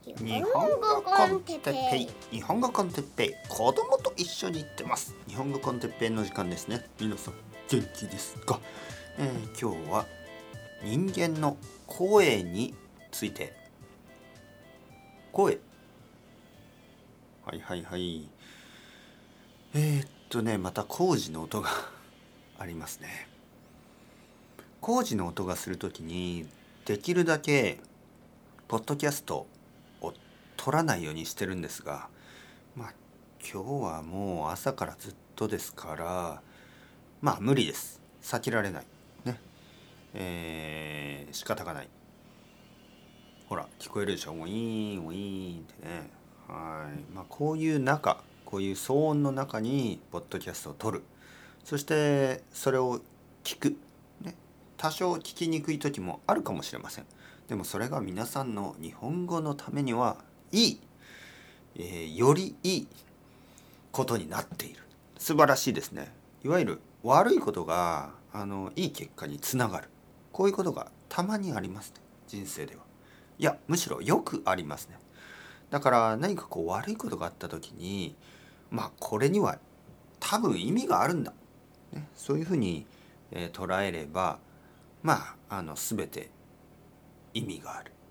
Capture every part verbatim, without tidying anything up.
日本語コンテッペイ、日本語コンテッペイ、子供と一緒に行ってます。日本語コンテッペイの時間ですね。皆さん元気ですか？えー、今日は人間の声について。声、はいはいはい。えー、っとねまた工事の音がありますね。工事の音がするときにできるだけポッドキャストを撮らないようにしてるんですが、まあ今日はもう朝からずっとですから、まあ無理です。避けられないね。えー、仕方がない。ほら聞こえるでしょ。ウィーンウィーンってね。はい。まあこういう中、こういう騒音の中にポッドキャストを撮る。そしてそれを聞く。ね。多少聞きにくい時もあるかもしれません。でもそれが皆さんの日本語のためにはいい、えー、よりいいことになっている。素晴らしいですね。いわゆる悪いことがあのいい結果につながる。こういうことがたまにありますね。人生では。いや、むしろよくありますね。だから何かこう悪いことがあった時に、まあこれには多分意味があるんだ。ね、そういうふうに、えー、捉えれば、まああの全て意味がある。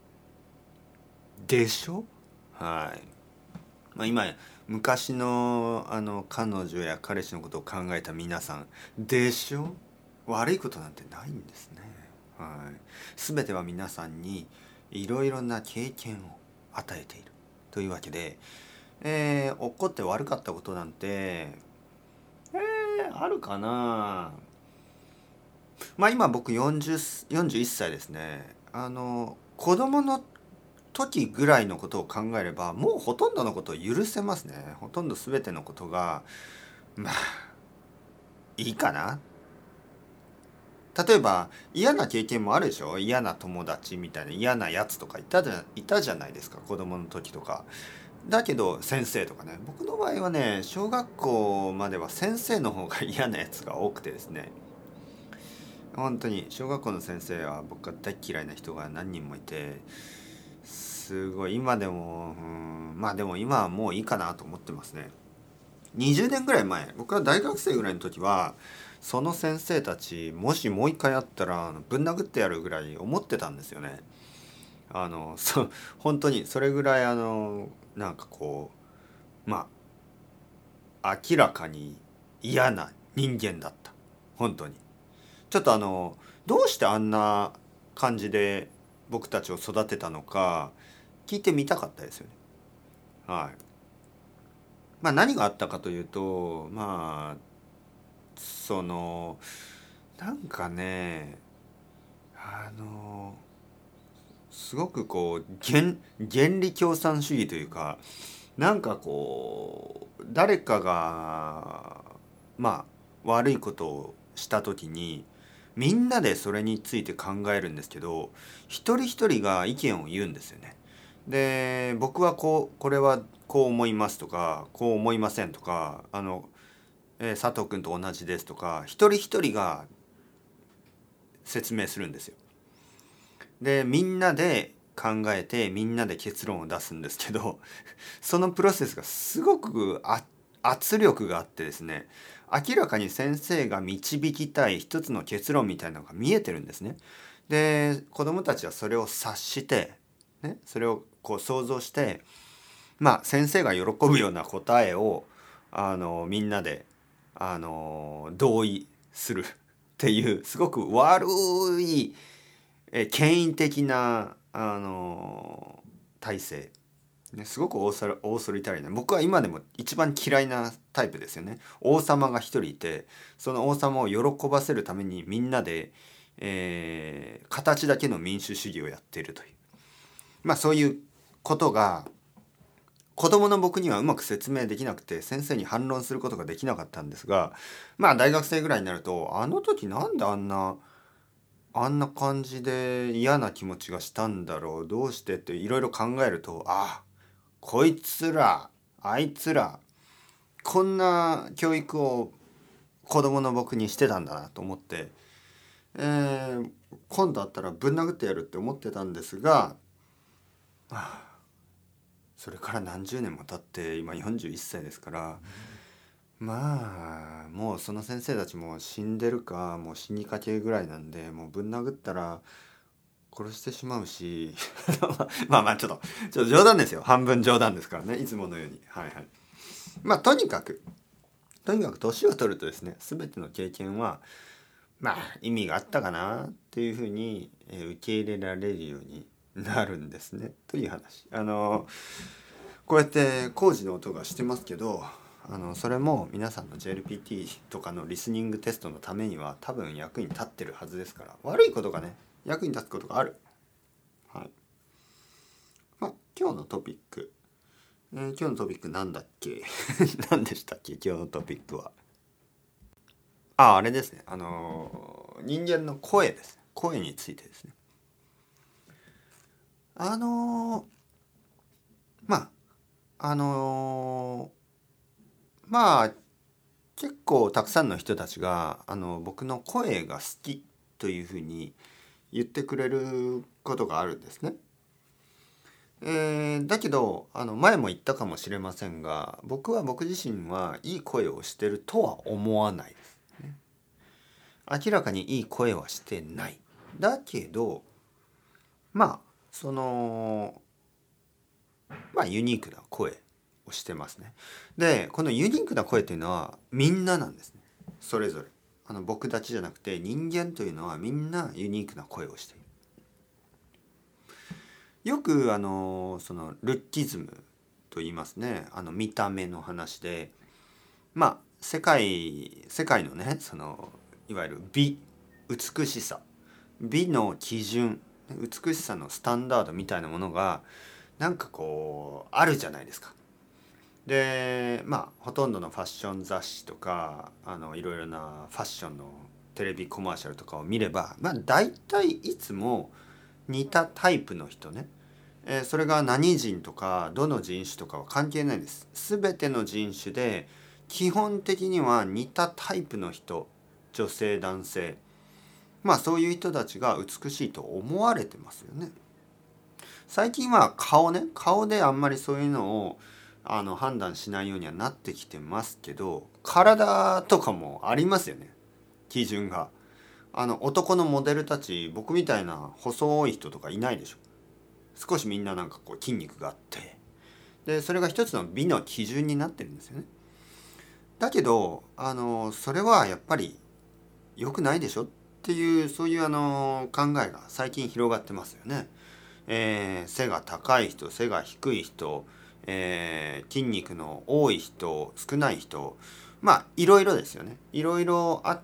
でしょ？はい。まあ、今昔のあの彼女や彼氏のことを考えた皆さんでしょ？悪いことなんてないんですね。はい。全ては皆さんにいろいろな経験を与えているというわけで、えー、怒って悪かったことなんて、えー、あるかな。まあ今僕よんじゅう、よんじゅういっさいですね。あの子供の時ぐらいのことを考えればもうほとんどのことを許せますね。ほとんど全てのことがまあいいかな。例えば嫌な経験もあるでしょ。嫌な友達みたいな嫌なやつとかいたじゃいたじゃないですか、子供の時とか。だけど先生とかね、僕の場合はね小学校までは先生の方が嫌なやつが多くてですね、本当に小学校の先生は僕が大嫌いな人が何人もいて、すごい今でも、うん、まあでも今はもういいかなと思ってますね。にじゅうねんぐらい前、僕は大学生ぐらいの時はその先生たちもしもう一回会ったらぶん殴ってやるぐらい思ってたんですよね。あのそ本当にそれぐらいあのなんかこう、まあ明らかに嫌な人間だった。本当にちょっとあのどうしてあんな感じで僕たちを育てたのか聞いてみたかったですよね。はい。まあ何があったかというと、まあそのなんかね、あのすごくこう原原理共産主義というか、なんかこう誰かがまあ悪いことをした時にみんなでそれについて考えるんですけど、一人一人が意見を言うんですよね。で僕はこうこれはこう思いますとかこう思いませんとか、あの、えー佐藤君と同じですとか、一人一人が説明するんですよ。でみんなで考えてみんなで結論を出すんですけど、そのプロセスがすごくあ圧力があってですね、明らかに先生が導きたい一つの結論みたいなのが見えてるんですね。で子どもたちはそれを察して、ね、それをこう想像して、まあ先生が喜ぶような答えをあのみんなであの同意するっていうすごく悪いえ権威的なあの体制、ね、すごくオーソオーソリタリーな、僕は今でも一番嫌いなタイプですよね。王様が一人いてその王様を喜ばせるためにみんなで、えー形だけの民主主義をやっているという、まあそういうことが子供の僕にはうまく説明できなくて先生に反論することができなかったんですが、まあ大学生ぐらいになるとあの時なんであんなあんな感じで嫌な気持ちがしたんだろう、どうしてっていろいろ考えると、あ、こいつらあいつらこんな教育を子供の僕にしてたんだなと思って、えー今度あったらぶん殴ってやるって思ってたんですが、はあそれから何十年も経って今よんじゅういっさいですから、まあもうその先生たちも死んでるかもう死にかけぐらいなんで、もうぶん殴ったら殺してしまうしまあまあちょっとちょっと冗談ですよ、半分冗談ですからね、いつものように。はいはい。まあとにかくとにかく年を取るとですね、全ての経験はまあ意味があったかなっていうふうに、えー受け入れられるようになるんですねという話。あのこうやって工事の音がしてますけど、あのそれも皆さんの ジェイエルピーティー とかのリスニングテストのためには多分役に立ってるはずですから、悪いことがね役に立つことがある。はい。まあ今日のトピック、えー今日のトピックなんだっけ何でしたっけ今日のトピックは。ああ、あれですね。あのー人間の声です。声についてですね。あのーまああのーまあ結構たくさんの人たちがあの僕の声が好きというふうに言ってくれることがあるんですね。えーだけどあの前も言ったかもしれませんが、僕は僕自身はいい声をしてるとは思わないです。明らかにいい声はしてない。だけどまあそのまあユニークな声をしてますね。でこのユニークな声というのはみんななんですね。それぞれあの僕たちじゃなくて、人間というのはみんなユニークな声をしている。よくあのそのルッキズムと言いますね。あの見た目の話で、まあ世界世界のね、そのいわゆる美、美しさ、美の基準、美しさのスタンダードみたいなものがなんかこうあるじゃないですか。でまあほとんどのファッション雑誌とかあのいろいろなファッションのテレビコマーシャルとかを見れば、まあ大体いつも似たタイプの人ね、えーそれが何人とかどの人種とかは関係ないです。全ての人種で基本的には似たタイプの人、女性男性、まあそういう人たちが美しいと思われてますよね。最近は顔ね、顔であんまりそういうのをあの判断しないようにはなってきてますけど、体とかもありますよね、基準が。あの男のモデルたち、僕みたいな細い人とかいないでしょ。少しみんななんかこう筋肉があって、でそれが一つの美の基準になってるんですよね。だけどあのそれはやっぱり良くないでしょっていう、そういうあの考えが最近広がってますよね。えー背が高い人、背が低い人、えー筋肉の多い人、少ない人、まあいろいろですよね。いろいろあって、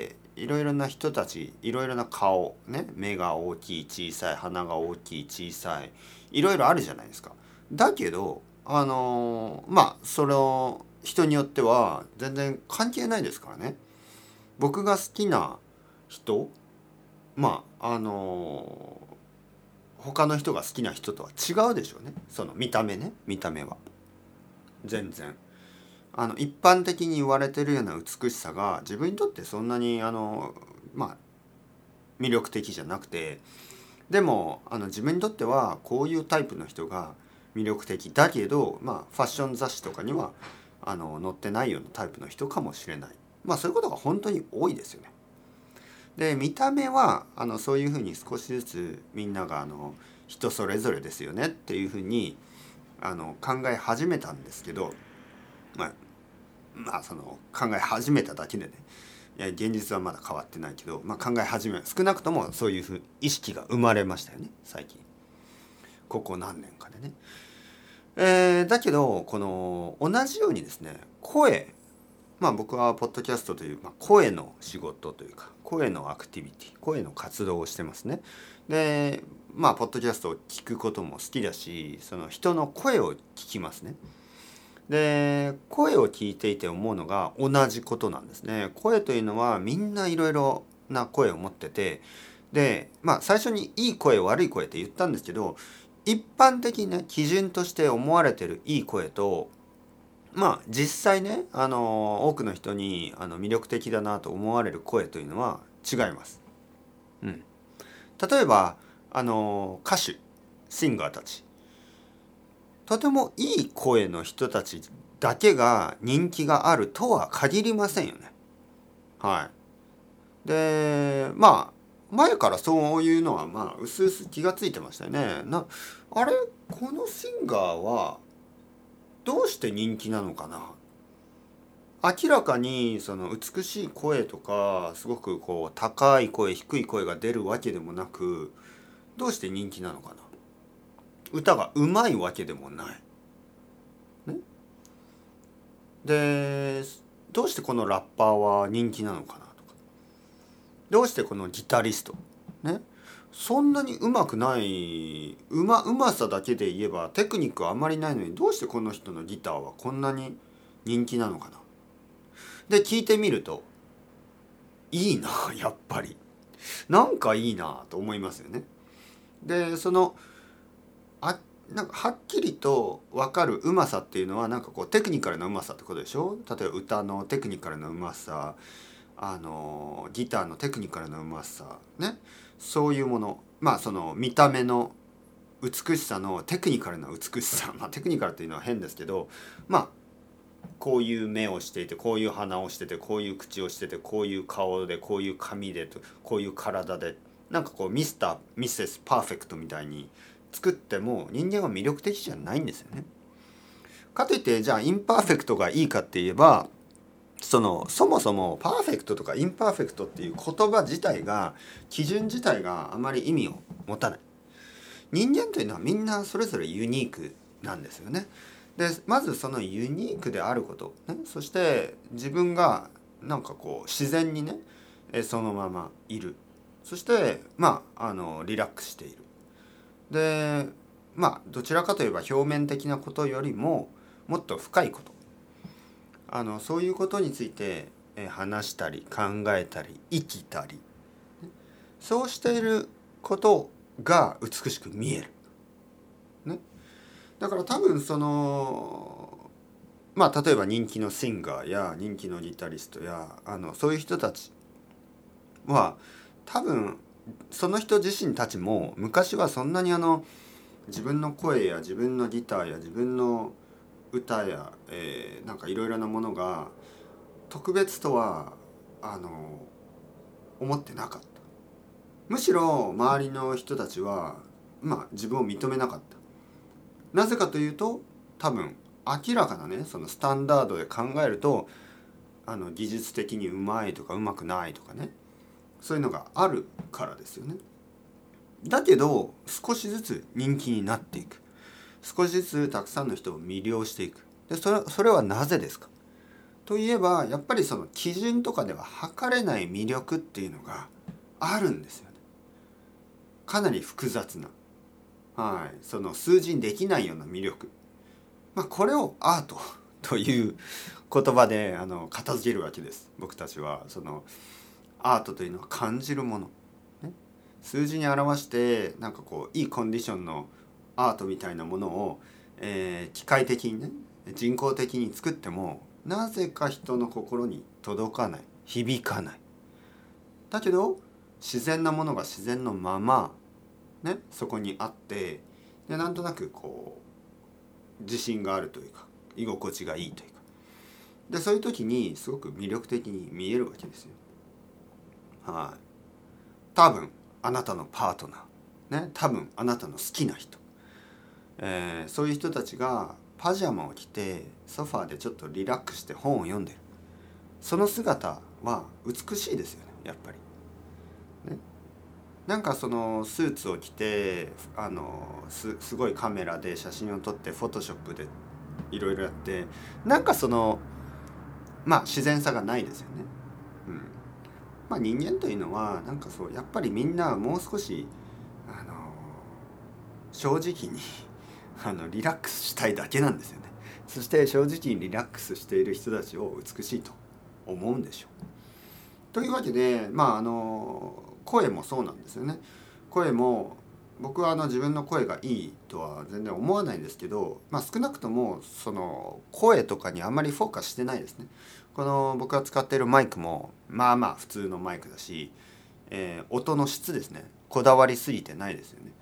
いろいろな人たち、いろいろな顔ね、目が大きい小さい、鼻が大きい小さい、いろいろあるじゃないですか。だけどあのーまあその人によっては全然関係ないですからね。僕が好きな人、まああのー他の人が好きな人とは違うでしょうね。その見た目ね、見た目は全然あの一般的に言われてるような美しさが自分にとってそんなにあのまあ魅力的じゃなくて、でもあの自分にとってはこういうタイプの人が魅力的だけど、まあファッション雑誌とかにはあの載ってないようなタイプの人かもしれない。まあそういうことが本当に多いですよね。で見た目はあのそういうふうに少しずつみんながあの人それぞれですよねっていうふうにあの考え始めたんですけど、まあ、まあその考え始めただけでね、いや現実はまだ変わってないけど、まあ、考え始め少なくともそういうふう意識が生まれましたよね、最近ここ何年かでね。えーだけどこの同じようにですね、声、まあ僕はポッドキャストという、まあ、声の仕事というか声のアクティビティ、声の活動をしてますね。でまあポッドキャストを聞くことも好きだし、その人の声を聞きますね。で声を聞いていて思うのが同じことなんですね。声というのはみんないろいろな声を持ってて、でまあ最初にいい声悪い声って言ったんですけど、一般的にね基準として思われてるいい声と、まあ実際ねあの多くの人にあの魅力的だなと思われる声というのは違います。うん、例えばあの歌手シンガーたち、 とてもいい声の人たちだけが人気があるとは限りませんよね。はい。で、まあ前からそういうのはまあうすうす気がついてましたよね。な、あれこのシンガーはどうして人気なのかな。明らかにその美しい声とかすごくこう高い声低い声が出るわけでもなく、どうして人気なのかな。歌がうまいわけでもない。ね、でどうしてこのラッパーは人気なのかなとか、どうしてこのギタリストね、そんなにうまくないうまうまさだけで言えばテクニックはあんまりないのに、どうしてこの人のギターはこんなに人気なのかな。で聞いてみるといいなやっぱりなんかいいなと思いますよね。でそのあなんかはっきりと分かるうまさっていうのはなんかこうテクニカルなうまさってことでしょ。例えば歌のテクニカルなうまさ、あのギターのテクニカルなうまさね、そういうもの、まあその見た目の美しさのテクニカルな美しさ、まあテクニカルっていうのは変ですけど、まあこういう目をしていてこういう鼻をしててこういう口をしててこういう顔でこういう髪でとこういう体で、なんかこうミスターミセスパーフェクトみたいに作っても人間は魅力的じゃないんですよね。かといってじゃあインパーフェクトがいいかって言えば、そのそもそもパーフェクトとかインパーフェクトっていう言葉自体が基準自体があまり意味を持たない。人間というのはみんなそれぞれユニークなんですよね。でまずそのユニークであること、ね、そして自分がなんかこう自然にねそのままいる、そしてまああのリラックスしている。でまあどちらかといえば表面的なことよりももっと深いこと、あのそういうことについて話したり考えたり生きたり、そうしていることが美しく見える、ね、だから多分そのまあ例えば人気のシンガーや人気のギタリストやあのそういう人たちは多分その人自身たちも昔はそんなにあの自分の声や自分のギターや自分の歌や、えー、なんかいろいろなものが特別とはあの思ってなかった。むしろ周りの人たちはまあ自分を認めなかった。なぜかというと多分明らかなねそのスタンダードで考えるとあの技術的にうまいとかうまくないとかね、そういうのがあるからですよね。だけど少しずつ人気になっていく、少しずつたくさんの人を魅了していく。でそれそれはなぜですかといえば、やっぱりその基準とかでは測れない魅力っていうのがあるんですよね。かなり複雑な、はい、その数字にできないような魅力、まあ、これをアートという言葉であの片付けるわけです。僕たちはそのアートというのは感じるもの、ね、数字に表してなんかこういいコンディションのアートみたいなものを、えー、機械的にね人工的に作ってもなぜか人の心に届かない、響かない。だけど自然なものが自然のまま、ね、そこにあって、でなんとなくこう自信があるというか居心地がいいというか、でそういう時にすごく魅力的に見えるわけですよ。はい。多分あなたのパートナー、ね、多分あなたの好きな人、えー、そういう人たちがパジャマを着てソファーでちょっとリラックスして本を読んでる、その姿は美しいですよねやっぱり、ね、なんかそのスーツを着てあの す, すごいカメラで写真を撮ってフォトショップでいろいろやって、なんかそのまあ自然さがないですよね。うん、まあ人間というのはなんかそうやっぱりみんなもう少しあの正直にあのリラックスしたいだけなんですよね。そして正直にリラックスしている人たちを美しいと思うんでしょう。というわけでまああの声もそうなんですよね。声も僕はあの自分の声がいいとは全然思わないんですけど、まあ、少なくともその声とかにあんまりフォーカスしてないですね。この僕が使っているマイクもまあまあ普通のマイクだし、えー、音の質ですね、こだわりすぎてないですよね。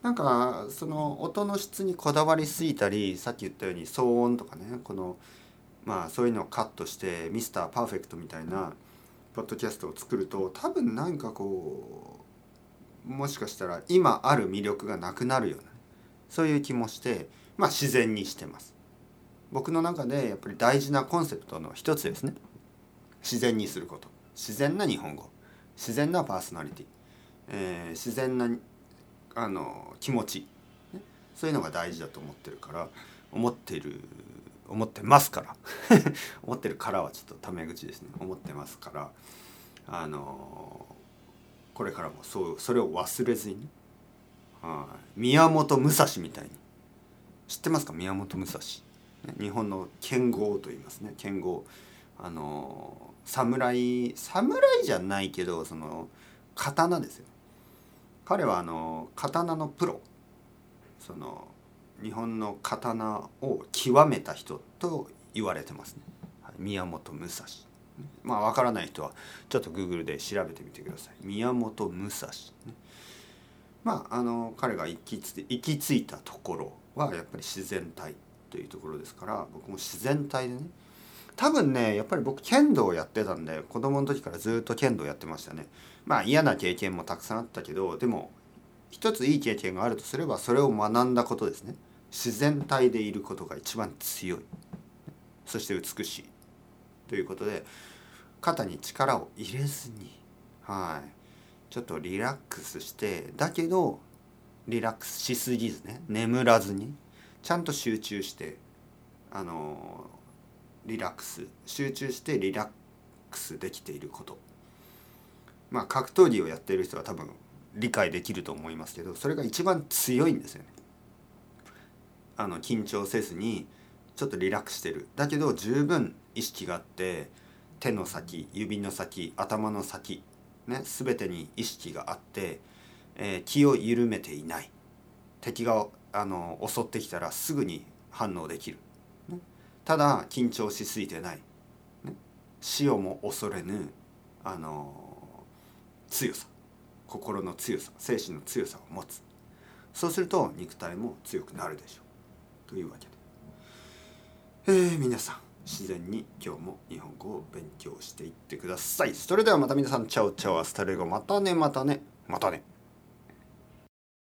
なんかその音の質にこだわりすぎたり、さっき言ったように騒音とかね、このまあそういうのをカットしてミスターパーフェクトみたいなポッドキャストを作ると、多分なんかこうもしかしたら今ある魅力がなくなるような、そういう気もして、まあ自然にしてます。僕の中でやっぱり大事なコンセプトの一つですね。自然にすること、自然な日本語、自然なパーソナリティ、えー自然なあの気持ち、ね、そういうのが大事だと思ってるから思ってる思ってますから思ってるからはちょっとタメ口ですね。思ってますから、あのこれからもそうそれを忘れずに、はい、宮本武蔵みたいに、知ってますか？宮本武蔵、ね、日本の剣豪と言いますね。剣豪、あの侍侍じゃないけど、その刀ですよ。彼はあの刀のプロ、その日本の刀を極めた人と言われてますね。はい、宮本武蔵。まあわからない人はちょっと Google で調べてみてください。宮本武蔵、ね。まああの彼が行きつ行き着いたところはやっぱり自然体というところですから、僕も自然体でね。多分ね、やっぱり僕剣道をやってたんで、子供の時からずっと剣道やってましたね。まあ嫌な経験もたくさんあったけど、でも一ついい経験があるとすればそれを学んだことですね。自然体でいることが一番強い、そして美しいということで、肩に力を入れずに、はい、ちょっとリラックスして、だけどリラックスしすぎずね、眠らずにちゃんと集中して、あのリラックス集中してリラックスできていること、まあ格闘技をやっている人は多分理解できると思いますけど、それが一番強いんですよね。あの緊張せずにちょっとリラックスしてる、だけど十分意識があって、手の先、指の先、頭の先ね、全てに意識があって、えー気を緩めていない、敵があの襲ってきたらすぐに反応できる、ね、ただ緊張しすぎてない、ね、死をも恐れぬあの強さ、心の強さ、精神の強さを持つ。そうすると肉体も強くなるでしょうというわけで、えー、皆さん自然に今日も日本語を勉強していってください。それではまた皆さん、チャオチャオ、アスタレゴ、またねまたねまたね。